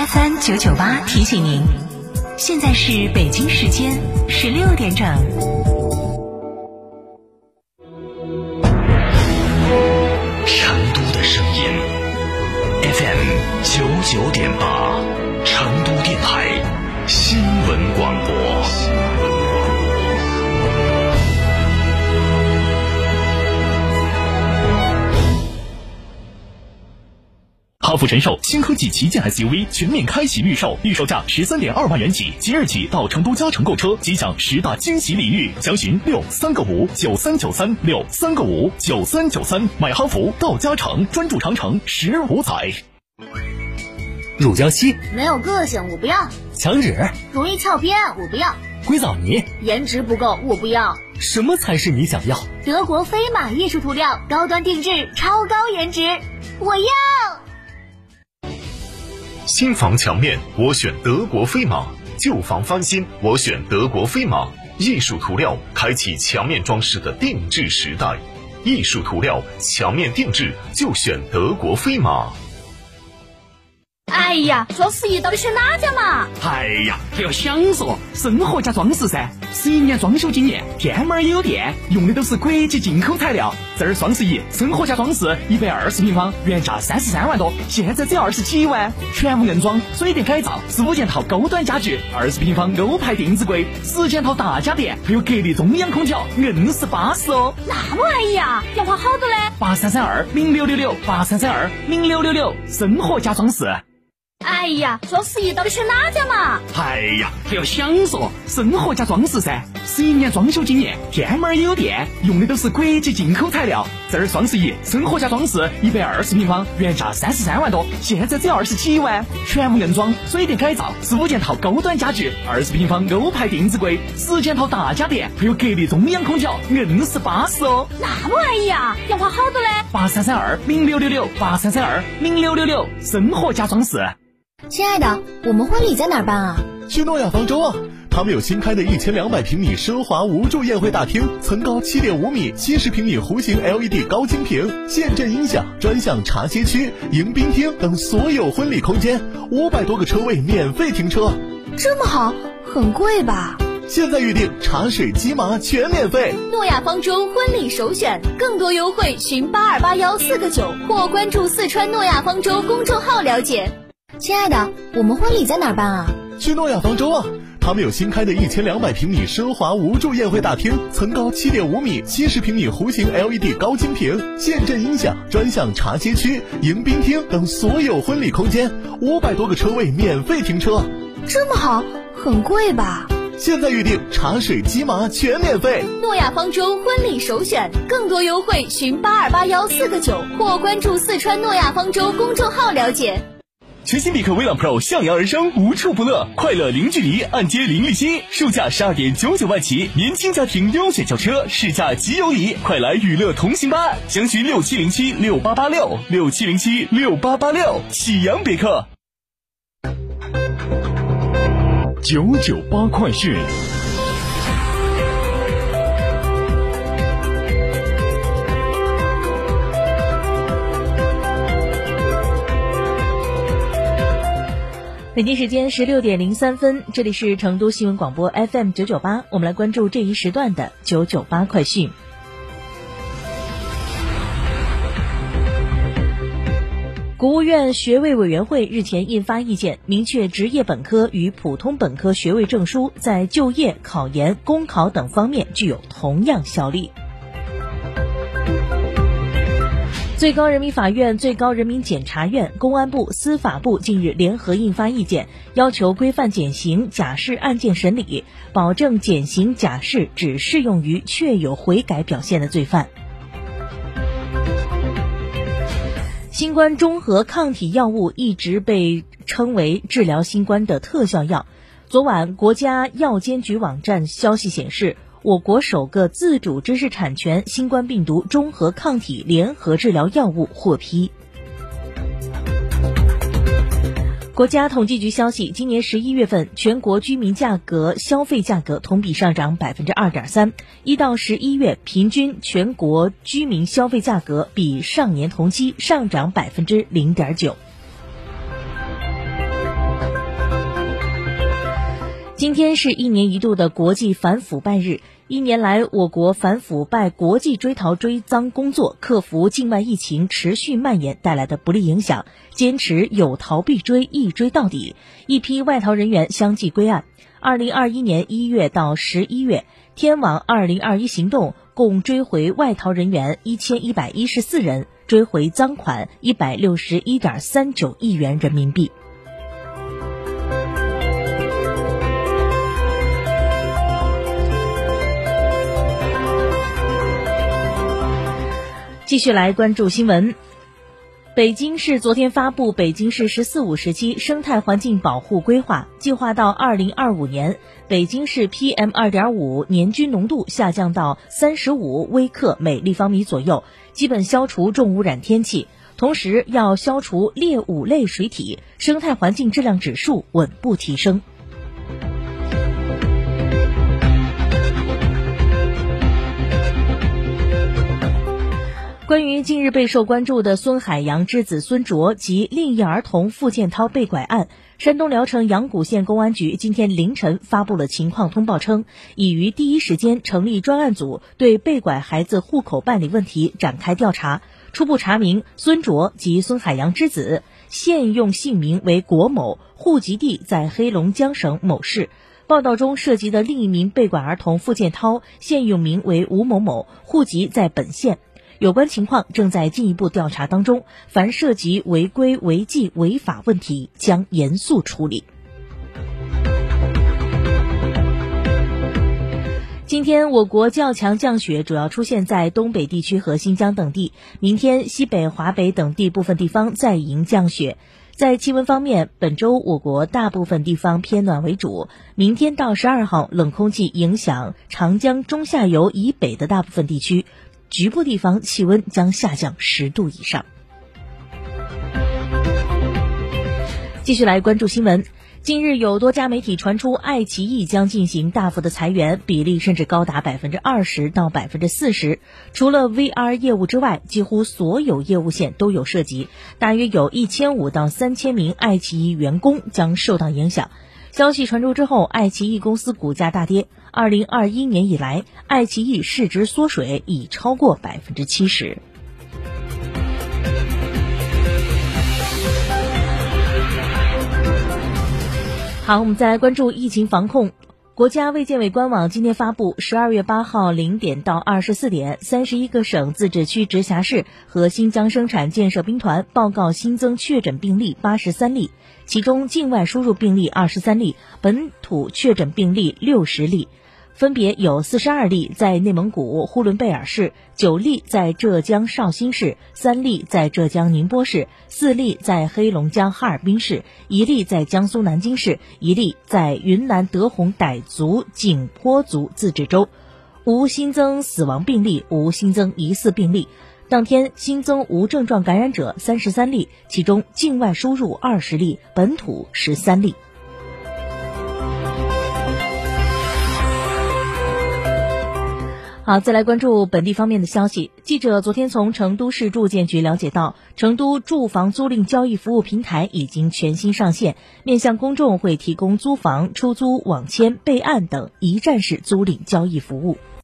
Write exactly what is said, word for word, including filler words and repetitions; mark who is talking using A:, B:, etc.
A: F M 九九八提醒您，现在是北京时间十六点整。
B: 成都的声音 F M 九九点八，成都电台新闻广播。
C: 哈弗神兽新科技旗舰 S U V 全面开启预售，预售价十三点二万元起，即日起到成都嘉诚购车，即享十大惊喜礼遇，详询六三个五九三九三六三个五九三九三，买哈弗到嘉诚，专注长城十五载。
D: 乳胶漆
E: 没有个性，我不要。
D: 墙纸
E: 容易翘边，我不要。
D: 硅藻泥
E: 颜值不够，我不要。
D: 什么才是你想要？
E: 德国飞马艺术涂料，高端定制，超高颜值，我要。
F: 新房墙面我选德国飞马，旧房翻新我选德国飞马。艺术涂料开启墙面装饰的定制时代，艺术涂料墙面定制就选德国飞马。
E: 哎呀，双十一到底选哪家嘛？
G: 哎呀，还要享受生活家装饰噻！十一年装修经验，天猫也有店，用的都是国际进口材料。这儿双十一，生活家装饰一百二十平方，原价三十三万多，现在只要二十几万，全屋硬装，水电改造，十五件套高端家具，二十平方欧派定制柜，十件套大家电，还有格力中央空调，硬是巴适哦！
E: 那么安逸啊，要花好多嘞！
G: 八三三二零六六六，八三三二零六六六，生活家装饰。
E: 哎呀，双十一到底选哪家嘛？
G: 哎呀，还要享受生活家装饰噻！十一年装修经验，天猫也有店，用的都是国际进口材料。这儿双十一，生活家装饰一百二十平方，原价三十三万多，现在只要二十几万，全屋硬装，水电改造，十五件套高端家具，二十平方欧派定制柜，十件套大家电，还有格力中央空调，硬是巴适哦！
E: 那么安逸啊，要花好多嘞！
G: 八三三二零六六六，八三三二零六六六，生活家装饰。
E: 亲爱的，我们婚礼在哪儿办啊？
H: 去诺亚方舟啊！他们有新开的一千两百平米奢华无柱宴会大厅，层高七点五米，七十平米弧形 L E D 高清屏，现阵音响，专项茶歇区、迎宾厅等所有婚礼空间，五百多个车位免费停车。
E: 这么好，很贵吧？
H: 现在预定茶水鸡麻全免费。
E: 诺亚方舟婚礼首选，更多优惠询八二八幺四个九或关注四川诺亚方舟公众号了解。亲爱的，我们婚礼在哪儿办啊？
H: 去诺亚方舟啊！他们有新开的一千两百平米奢华无柱宴会大厅，层高七点五米，七十平米弧形 L E D 高清屏，现阵音响，专项茶歇区、迎宾厅等所有婚礼空间，五百多个车位免费停车。
E: 这么好，很贵吧？
H: 现在预定茶水鸡麻全免费。
E: 诺亚方舟婚礼首选，更多优惠询八二八幺四个九或关注四川诺亚方舟公众号了解。
C: 全新别克威朗 Pro 向阳而生，无处不乐，快乐零距离，按揭零利息，售价十二点九九万起，年轻家庭优选轿车，试驾即有礼，快来娱乐同行吧！详询六七零七六八八六六七零七六八八六，启阳别克。
I: 九九八快讯。
J: 北京时间十六点零三分，这里是成都新闻广播 F M 九九八，我们来关注这一时段的九九八快讯。国务院学位委员会日前印发意见，明确职业本科与普通本科学位证书在就业、考研、公考等方面具有同样效力。最高人民法院、最高人民检察院、公安部、司法部近日联合印发意见，要求规范减刑假释案件审理，保证减刑假释只适用于确有悔改表现的罪犯。新冠中和抗体药物一直被称为治疗新冠的特效药。昨晚，国家药监局网站消息显示，我国首个自主知识产权新冠病毒中和抗体联合治疗药物获批。国家统计局消息，今年十一月份，全国居民价格、消费价格同比上涨百分之二点三，一到十一月平均全国居民消费价格比上年同期上涨百分之零点九。 今天是一年一度的国际反腐败日。一年来，我国反腐败国际追逃追赃工作克服境外疫情持续蔓延带来的不利影响，坚持有逃必追，一追到底。一批外逃人员相继归案。二零二一年一月到十一月，天网二零二一行动共追回外逃人员一千一百一十四人，追回赃款一百六十一点三九亿元人民币。继续来关注新闻。北京市昨天发布北京市“十四五”时期生态环境保护规划，计划到二零二五年，北京市 P M 二点五 年均浓度下降到三十五微克每立方米左右，基本消除重污染天气，同时要消除劣五类水体，生态环境质量指数稳步提升。关于近日备受关注的孙海洋之子孙卓及另一儿童付建涛被拐案，山东聊城阳谷县公安局今天凌晨发布了情况通报称，已于第一时间成立专案组，对被拐孩子户口办理问题展开调查。初步查明，孙卓及孙海洋之子现用姓名为国某，户籍地在黑龙江省某市。报道中涉及的另一名被拐儿童付建涛现用名为吴某某，户籍在本县。有关情况正在进一步调查当中，凡涉及违规违纪违法问题将严肃处理。今天我国较强降雪主要出现在东北地区和新疆等地，明天西北、华北等地部分地方再迎降雪。在气温方面，本周我国大部分地方偏暖为主，明天到十二号冷空气影响长江中下游以北的大部分地区，局部地方气温将下降十度以上。继续来关注新闻。近日有多家媒体传出爱奇艺将进行大幅的裁员，比例甚至高达百分之二十到百分之四十。除了 V R 业务之外，几乎所有业务线都有涉及，大约有一千五到三千名爱奇艺员工将受到影响。消息传出之后，爱奇艺公司股价大跌。二零二一年以来，爱奇艺市值缩水已超过百分之七十。好，我们再来关注疫情防控。国家卫健委官网今天发布，十二月八号零点到二十四点，三十一个省、自治区、直辖市和新疆生产建设兵团报告新增确诊病例八十三例，其中境外输入病例二十三例，本土确诊病例六十例。分别有四十二例在内蒙古呼伦贝尔市，九例在浙江绍兴市，三例在浙江宁波市，四例在黑龙江哈尔滨市，一例在江苏南京市，一例在云南德宏傣族景颇族自治州。无新增死亡病例，无新增疑似病例。当天新增无症状感染者三十三例，其中境外输入二十例，本土十三例。好，再来关注本地方面的消息。记者昨天从成都市住建局了解到，成都住房租赁交易服务平台已经全新上线，面向公众会提供租房、出租、网签、备案等一站式租赁交易服务。